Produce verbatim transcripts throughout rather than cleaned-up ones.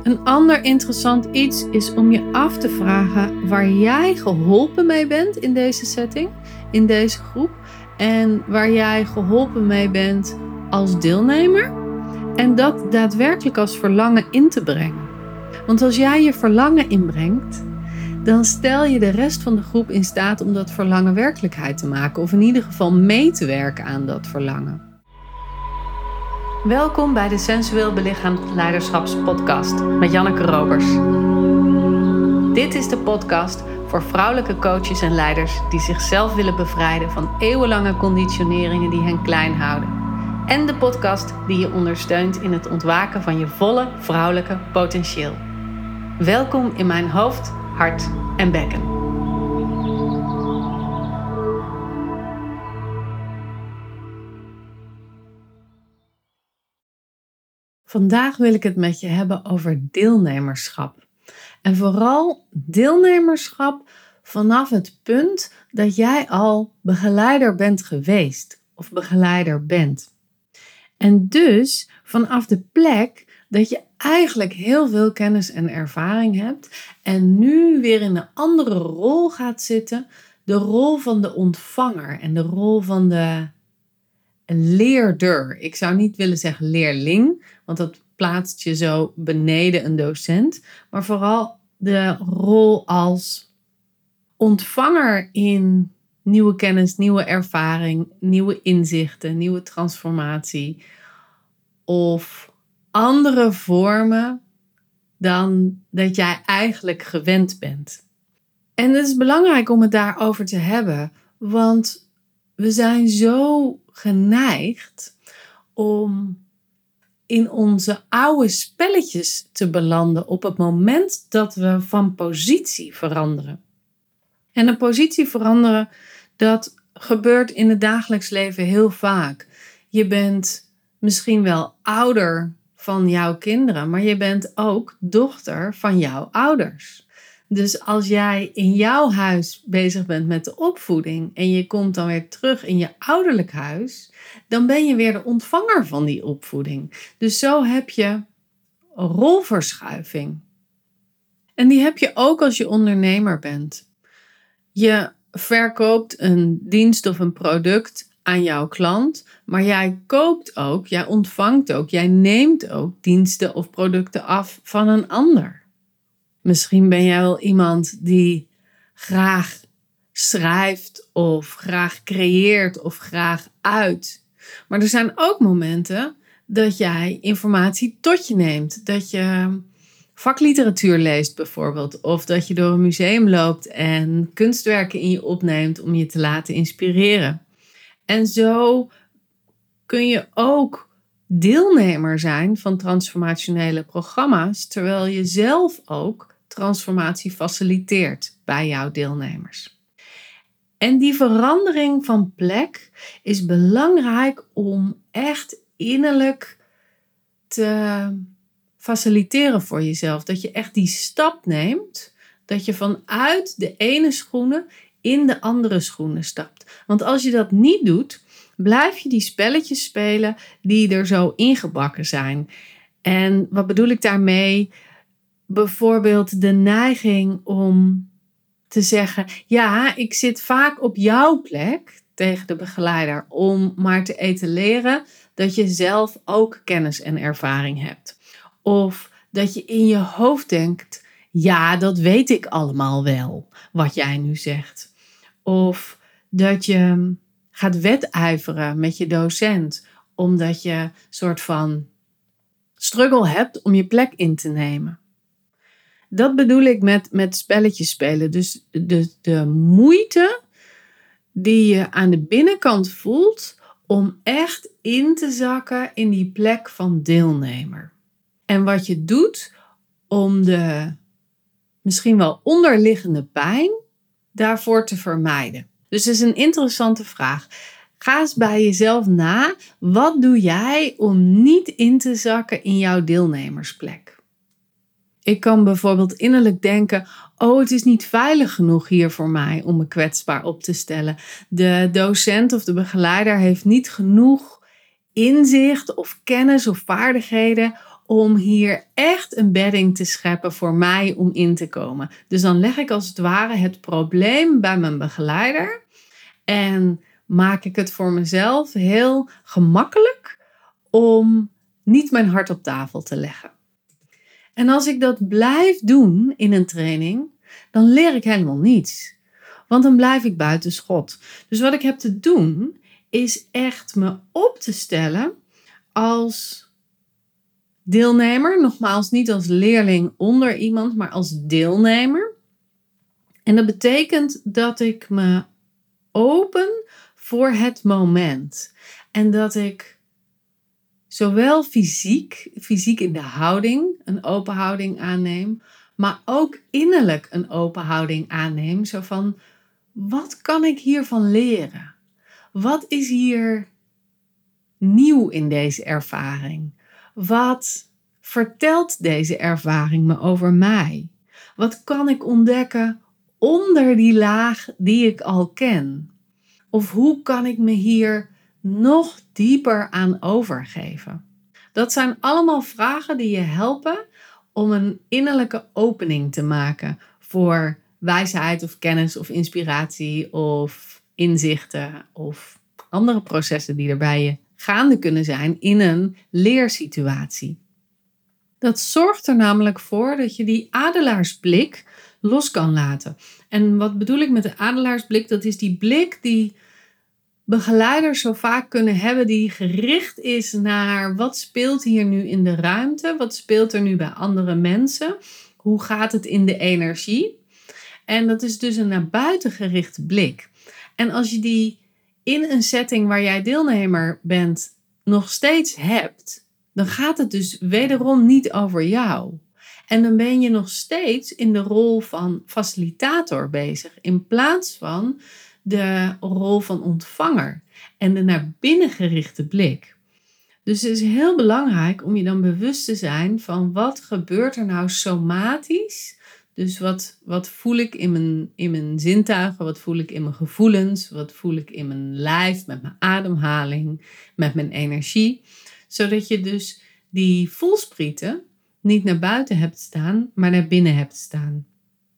Een ander interessant iets is om je af te vragen waar jij geholpen mee bent in deze setting, in deze groep. En waar jij geholpen mee bent als deelnemer. En dat daadwerkelijk als verlangen in te brengen. Want als jij je verlangen inbrengt, dan stel je de rest van de groep in staat om dat verlangen werkelijkheid te maken. Of in ieder geval mee te werken aan dat verlangen. Welkom bij de Sensueel Belichaamd Leiderschapspodcast met Janneke Robers. Dit is de podcast voor vrouwelijke coaches en leiders die zichzelf willen bevrijden van eeuwenlange conditioneringen die hen klein houden. En de podcast die je ondersteunt in het ontwaken van je volle vrouwelijke potentieel. Welkom in mijn hoofd, hart en bekken. Vandaag wil ik het met je hebben over deelnemerschap. En vooral deelnemerschap vanaf het punt dat jij al begeleider bent geweest of begeleider bent. En dus vanaf de plek dat je eigenlijk heel veel kennis en ervaring hebt en nu weer in een andere rol gaat zitten, de rol van de ontvanger en de rol van de leerder. Ik zou niet willen zeggen leerling, want dat plaatst je zo beneden een docent, maar vooral de rol als ontvanger in nieuwe kennis, nieuwe ervaring, nieuwe inzichten, nieuwe transformatie of andere vormen dan dat jij eigenlijk gewend bent. En het is belangrijk om het daarover te hebben, want we zijn zo geneigd om in onze oude spelletjes te belanden op het moment dat we van positie veranderen. En een positie veranderen, dat gebeurt in het dagelijks leven heel vaak. Je bent misschien wel ouder van jouw kinderen, maar je bent ook dochter van jouw ouders. Dus als jij in jouw huis bezig bent met de opvoeding en je komt dan weer terug in je ouderlijk huis, dan ben je weer de ontvanger van die opvoeding. Dus zo heb je een rolverschuiving. En die heb je ook als je ondernemer bent. Je verkoopt een dienst of een product aan jouw klant, maar jij koopt ook, jij ontvangt ook, jij neemt ook diensten of producten af van een ander. Misschien ben jij wel iemand die graag schrijft of graag creëert of graag uit. Maar er zijn ook momenten dat jij informatie tot je neemt. Dat je vakliteratuur leest bijvoorbeeld. Of dat je door een museum loopt en kunstwerken in je opneemt om je te laten inspireren. En zo kun je ook deelnemer zijn van transformationele programma's, terwijl je zelf ook transformatie faciliteert bij jouw deelnemers. En die verandering van plek is belangrijk om echt innerlijk te faciliteren voor jezelf. Dat je echt die stap neemt, dat je vanuit de ene schoenen in de andere schoenen stapt. Want als je dat niet doet, blijf je die spelletjes spelen die er zo ingebakken zijn. En wat bedoel ik daarmee? Bijvoorbeeld de neiging om te zeggen, ja, ik zit vaak op jouw plek tegen de begeleider om maar te etaleren dat je zelf ook kennis en ervaring hebt. Of dat je in je hoofd denkt, ja, dat weet ik allemaal wel, wat jij nu zegt. Of dat je gaat wedijveren met je docent, omdat je een soort van struggle hebt om je plek in te nemen. Dat bedoel ik met, met spelletjes spelen. Dus de, de moeite die je aan de binnenkant voelt om echt in te zakken in die plek van deelnemer. En wat je doet om de misschien wel onderliggende pijn daarvoor te vermijden. Dus het is een interessante vraag. Ga eens bij jezelf na. Wat doe jij om niet in te zakken in jouw deelnemersplek? Ik kan bijvoorbeeld innerlijk denken, oh, het is niet veilig genoeg hier voor mij om me kwetsbaar op te stellen. De docent of de begeleider heeft niet genoeg inzicht of kennis of vaardigheden om hier echt een bedding te scheppen voor mij om in te komen. Dus dan leg ik als het ware het probleem bij mijn begeleider en maak ik het voor mezelf heel gemakkelijk om niet mijn hart op tafel te leggen. En als ik dat blijf doen in een training, dan leer ik helemaal niets. Want dan blijf ik buiten schot. Dus wat ik heb te doen, is echt me op te stellen als deelnemer. Nogmaals, niet als leerling onder iemand, maar als deelnemer. En dat betekent dat ik me open voor het moment. En dat ik zowel fysiek, fysiek in de houding, een open houding aanneem, maar ook innerlijk een open houding aanneem. Zo van, wat kan ik hiervan leren? Wat is hier nieuw in deze ervaring? Wat vertelt deze ervaring me over mij? Wat kan ik ontdekken onder die laag die ik al ken? Of hoe kan ik me hier nog dieper aan overgeven? Dat zijn allemaal vragen die je helpen om een innerlijke opening te maken voor wijsheid of kennis of inspiratie of inzichten of andere processen die er bij je gaande kunnen zijn in een leersituatie. Dat zorgt er namelijk voor dat je die adelaarsblik los kan laten. En wat bedoel ik met de adelaarsblik? Dat is die blik die begeleiders zo vaak kunnen hebben, die gericht is naar wat speelt hier nu in de ruimte? Wat speelt er nu bij andere mensen? Hoe gaat het in de energie? En dat is dus een naar buiten gerichte blik. En als je die in een setting waar jij deelnemer bent nog steeds hebt, dan gaat het dus wederom niet over jou. En dan ben je nog steeds in de rol van facilitator bezig, in plaats van de rol van ontvanger en de naar binnen gerichte blik. Dus het is heel belangrijk om je dan bewust te zijn van wat gebeurt er nou somatisch. Dus wat, wat voel ik in mijn, in mijn zintuigen, wat voel ik in mijn gevoelens, wat voel ik in mijn lijf, met mijn ademhaling, met mijn energie. Zodat je dus die voelsprieten niet naar buiten hebt staan, maar naar binnen hebt staan.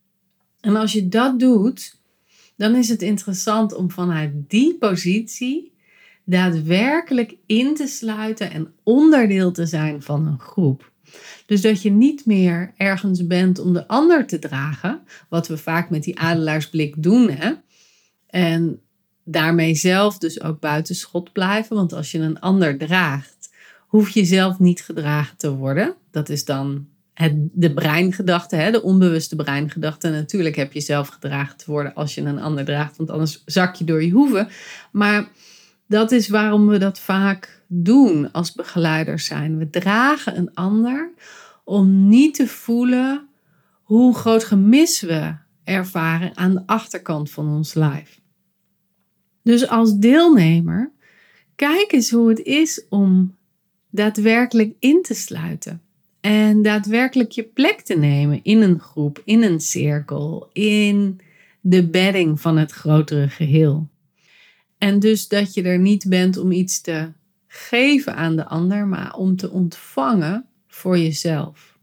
En als je dat doet, dan is het interessant om vanuit die positie daadwerkelijk in te sluiten en onderdeel te zijn van een groep. Dus dat je niet meer ergens bent om de ander te dragen, wat we vaak met die adelaarsblik doen, hè? En daarmee zelf dus ook buiten schot blijven, want als je een ander draagt, hoef je zelf niet gedragen te worden. Dat is dan het, de breingedachte, hè? De onbewuste breingedachte. Natuurlijk heb je zelf gedragen te worden als je een ander draagt, want anders zak je door je hoeven. Maar dat is waarom we dat vaak doen als begeleiders zijn. We dragen een ander om niet te voelen hoe groot gemis we ervaren aan de achterkant van ons lijf. Dus als deelnemer, kijk eens hoe het is om daadwerkelijk in te sluiten. En daadwerkelijk je plek te nemen in een groep, in een cirkel, in de bedding van het grotere geheel. En dus dat je er niet bent om iets te geven aan de ander, maar om te ontvangen voor jezelf.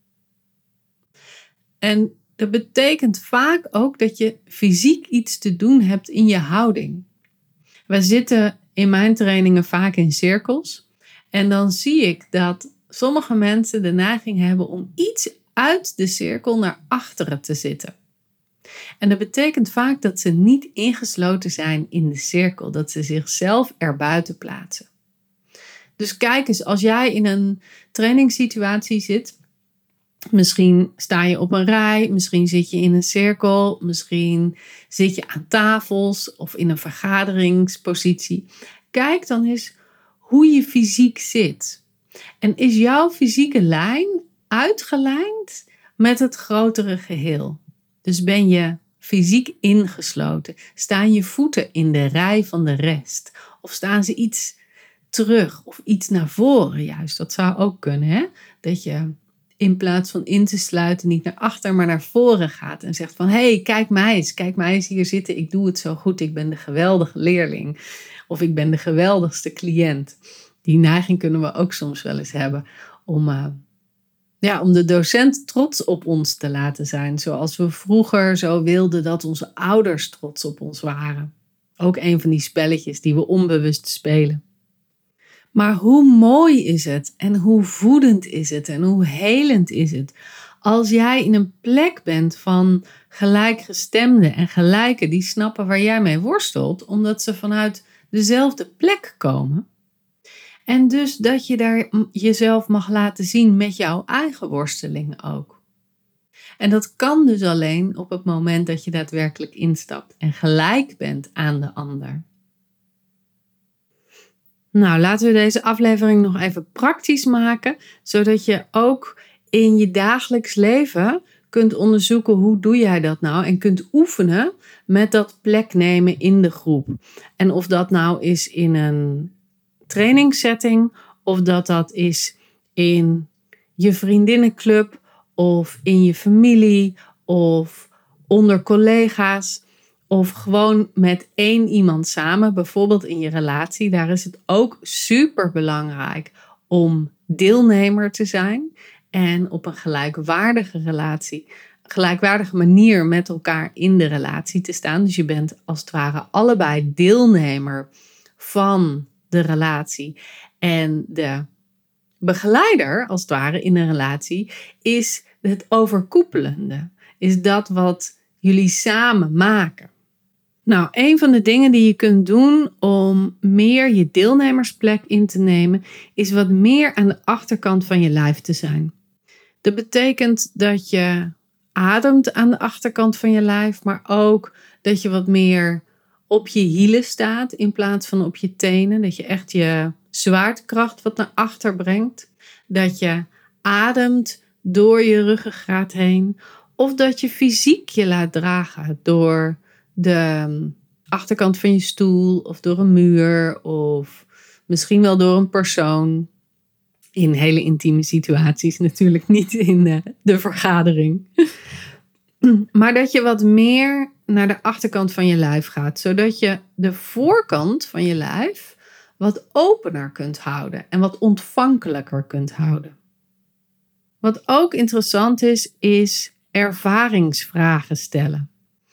En dat betekent vaak ook dat je fysiek iets te doen hebt in je houding. We zitten in mijn trainingen vaak in cirkels. En dan zie ik dat sommige mensen de neiging hebben om iets uit de cirkel naar achteren te zitten. En dat betekent vaak dat ze niet ingesloten zijn in de cirkel. Dat ze zichzelf erbuiten plaatsen. Dus kijk eens, als jij in een trainingssituatie zit. Misschien sta je op een rij, misschien zit je in een cirkel. Misschien zit je aan tafels of in een vergaderingspositie. Kijk dan eens hoe je fysiek zit. En is jouw fysieke lijn uitgelijnd met het grotere geheel? Dus ben je fysiek ingesloten? Staan je voeten in de rij van de rest? Of staan ze iets terug of iets naar voren juist? Dat zou ook kunnen, hè? Dat je in plaats van in te sluiten niet naar achter, maar naar voren gaat. En zegt van, hé, hey, kijk mij eens. Kijk mij eens hier zitten. Ik doe het zo goed. Ik ben de geweldige leerling. Of ik ben de geweldigste cliënt. Die neiging kunnen we ook soms wel eens hebben om uh, Ja, om de docent trots op ons te laten zijn. Zoals we vroeger zo wilden dat onze ouders trots op ons waren. Ook een van die spelletjes die we onbewust spelen. Maar hoe mooi is het en hoe voedend is het en hoe helend is het als jij in een plek bent van gelijkgestemden en gelijken die snappen waar jij mee worstelt, omdat ze vanuit dezelfde plek komen. En dus dat je daar jezelf mag laten zien met jouw eigen worstelingen ook. En dat kan dus alleen op het moment dat je daadwerkelijk instapt en gelijk bent aan de ander. Nou, laten we deze aflevering nog even praktisch maken, zodat je ook in je dagelijks leven kunt onderzoeken hoe doe jij dat nou en kunt oefenen met dat plek nemen in de groep. En of dat nou is in een trainingssetting of dat dat is in je vriendinnenclub of in je familie of onder collega's. Of gewoon met één iemand samen, bijvoorbeeld in je relatie. Daar is het ook super belangrijk om deelnemer te zijn. En op een gelijkwaardige relatie, gelijkwaardige manier met elkaar in de relatie te staan. Dus je bent als het ware allebei deelnemer van de relatie. En de begeleider, als het ware, in een relatie is het overkoepelende. Is dat wat jullie samen maken. Nou, een van de dingen die je kunt doen om meer je deelnemersplek in te nemen, is wat meer aan de achterkant van je lijf te zijn. Dat betekent dat je ademt aan de achterkant van je lijf, maar ook dat je wat meer op je hielen staat in plaats van op je tenen. Dat je echt je zwaartekracht wat naar achter brengt. Dat je ademt door je ruggengraat heen. Of dat je fysiek je laat dragen door de achterkant van je stoel of door een muur of misschien wel door een persoon. In hele intieme situaties, natuurlijk niet in de vergadering. Maar dat je wat meer naar de achterkant van je lijf gaat, zodat je de voorkant van je lijf wat opener kunt houden en wat ontvankelijker kunt houden. Wat ook interessant is, is ervaringsvragen stellen.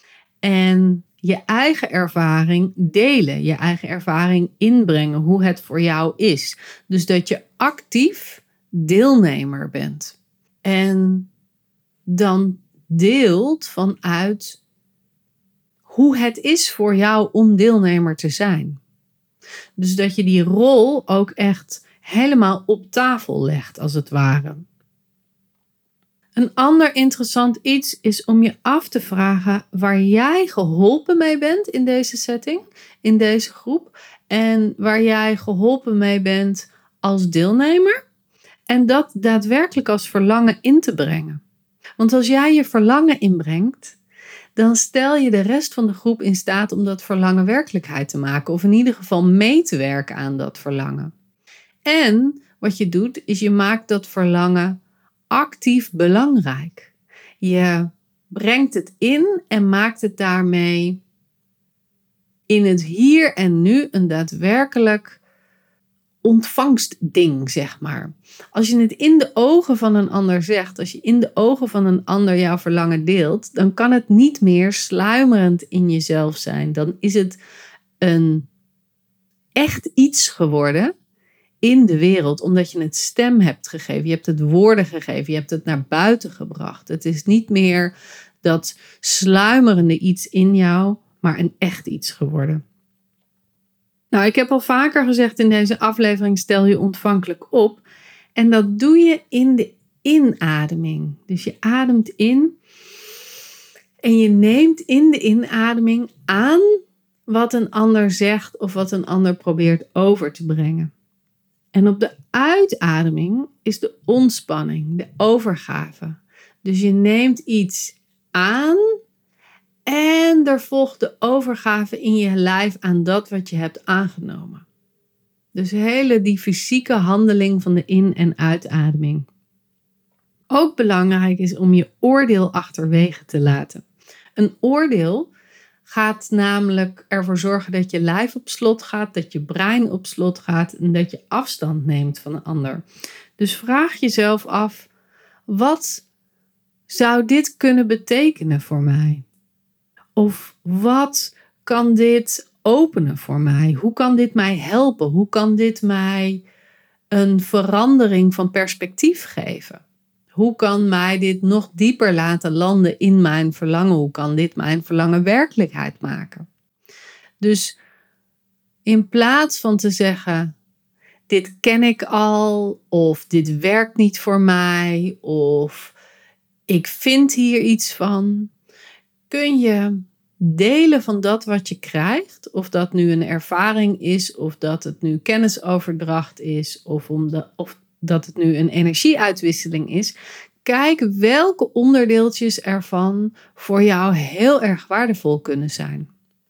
En je eigen ervaring delen, je eigen ervaring inbrengen, hoe het voor jou is. Dus dat je actief deelnemer bent. En dan deelt vanuit hoe het is voor jou om deelnemer te zijn. Dus dat je die rol ook echt helemaal op tafel legt, als het ware. Een ander interessant iets is om je af te vragen waar jij geholpen mee bent in deze setting, in deze groep. En waar jij geholpen mee bent als deelnemer. En dat daadwerkelijk als verlangen in te brengen. Want als jij je verlangen inbrengt, dan stel je de rest van de groep in staat om dat verlangen werkelijkheid te maken. Of in ieder geval mee te werken aan dat verlangen. En wat je doet, is je maakt dat verlangen actief belangrijk. Je brengt het in en maakt het daarmee in het hier en nu een daadwerkelijk ontvangstding, zeg maar. Als je het in de ogen van een ander zegt, als je in de ogen van een ander jouw verlangen deelt, dan kan het niet meer sluimerend in jezelf zijn. Dan is het een echt iets geworden in de wereld, omdat je het stem hebt gegeven. Je hebt het woorden gegeven. Je hebt het naar buiten gebracht. Het is niet meer dat sluimerende iets in jou, maar een echt iets geworden. Nou, ik heb al vaker gezegd in deze aflevering, stel je ontvankelijk op. En dat doe je in de inademing. Dus je ademt in en je neemt in de inademing aan wat een ander zegt of wat een ander probeert over te brengen. En op de uitademing is de ontspanning, de overgave. Dus je neemt iets aan en er volgt de overgave in je lijf aan dat wat je hebt aangenomen. Dus hele die fysieke handeling van de in- en uitademing. Ook belangrijk is om je oordeel achterwege te laten. Een oordeel gaat namelijk ervoor zorgen dat je lijf op slot gaat, dat je brein op slot gaat en dat je afstand neemt van een ander. Dus vraag jezelf af, wat zou dit kunnen betekenen voor mij? Of wat kan dit openen voor mij? Hoe kan dit mij helpen? Hoe kan dit mij een verandering van perspectief geven? Hoe kan mij dit nog dieper laten landen in mijn verlangen? Hoe kan dit mijn verlangen werkelijkheid maken? Dus in plaats van te zeggen, dit ken ik al, of dit werkt niet voor mij, of ik vind hier iets van, kun je delen van dat wat je krijgt, of dat nu een ervaring is, of dat het nu kennisoverdracht is, of, om de, of dat het nu een energieuitwisseling is. Kijk welke onderdeeltjes ervan voor jou heel erg waardevol kunnen zijn.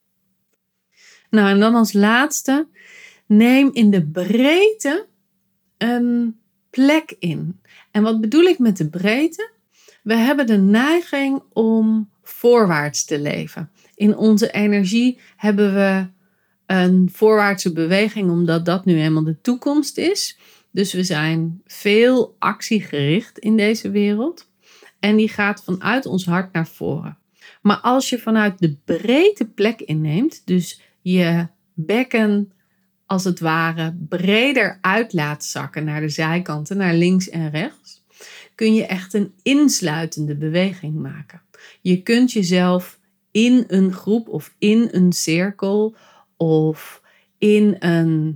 Nou, en dan als laatste, neem in de breedte een plek in. En wat bedoel ik met de breedte? We hebben de neiging om voorwaarts te leven. In onze energie hebben we een voorwaartse beweging, omdat dat nu eenmaal de toekomst is. Dus we zijn veel actiegericht in deze wereld. En die gaat vanuit ons hart naar voren. Maar als je vanuit de breedte plek inneemt, dus je bekken als het ware breder uit laat zakken naar de zijkanten, naar links en rechts, kun je echt een insluitende beweging maken. Je kunt jezelf in een groep of in een cirkel of in een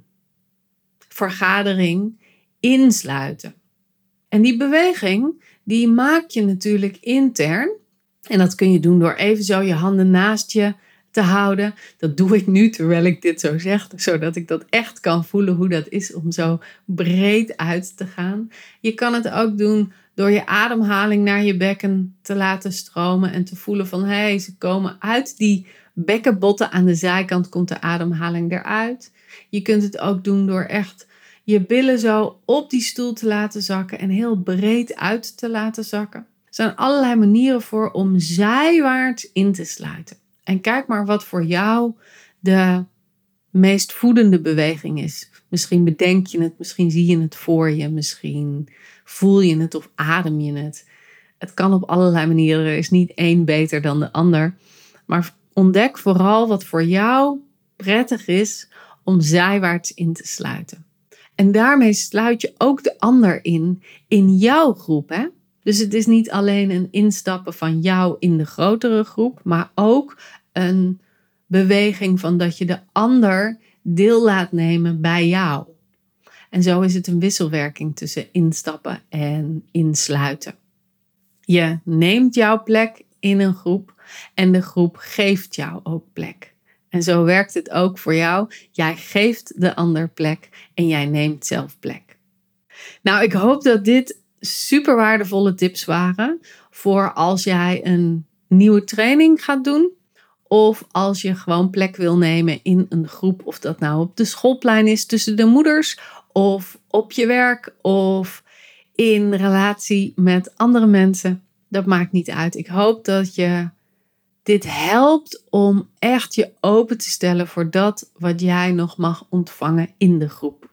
vergadering insluiten. En die beweging, die maak je natuurlijk intern. En dat kun je doen door even zo je handen naast je te houden. Dat doe ik nu terwijl ik dit zo zeg, zodat ik dat echt kan voelen hoe dat is om zo breed uit te gaan. Je kan het ook doen door je ademhaling naar je bekken te laten stromen en te voelen van hé, hey, ze komen uit die bekkenbotten aan de zijkant, komt de ademhaling eruit. Je kunt het ook doen door echt je billen zo op die stoel te laten zakken en heel breed uit te laten zakken. Er zijn allerlei manieren voor om zijwaarts in te sluiten. En kijk maar wat voor jou de meest voedende beweging is. Misschien bedenk je het, misschien zie je het voor je, misschien voel je het of adem je het. Het kan op allerlei manieren, er is niet één beter dan de ander. Maar ontdek vooral wat voor jou prettig is om zijwaarts in te sluiten. En daarmee sluit je ook de ander in, in jouw groep. Hè? Dus het is niet alleen een instappen van jou in de grotere groep, maar ook een beweging van dat je de ander deel laat nemen bij jou. En zo is het een wisselwerking tussen instappen en insluiten. Je neemt jouw plek in een groep en de groep geeft jou ook plek. En zo werkt het ook voor jou. Jij geeft de ander plek en jij neemt zelf plek. Nou, ik hoop dat dit super waardevolle tips waren voor als jij een nieuwe training gaat doen. Of als je gewoon plek wil nemen in een groep. Of dat nou op de schoolplein is tussen de moeders. Of op je werk. Of in relatie met andere mensen. Dat maakt niet uit. Ik hoop dat je dit helpt om echt je open te stellen voor dat wat jij nog mag ontvangen in de groep.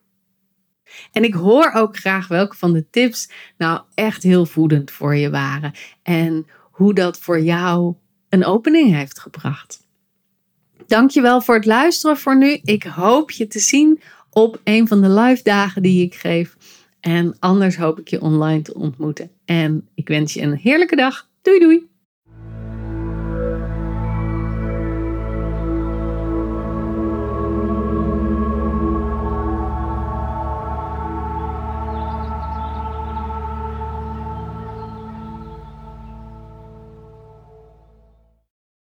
En ik hoor ook graag welke van de tips nou echt heel voedend voor je waren. En hoe dat voor jou een opening heeft gebracht. Dankjewel voor het luisteren voor nu. Ik hoop je te zien op een van de live dagen die ik geef. En anders hoop ik je online te ontmoeten. En ik wens je een heerlijke dag. Doei doei!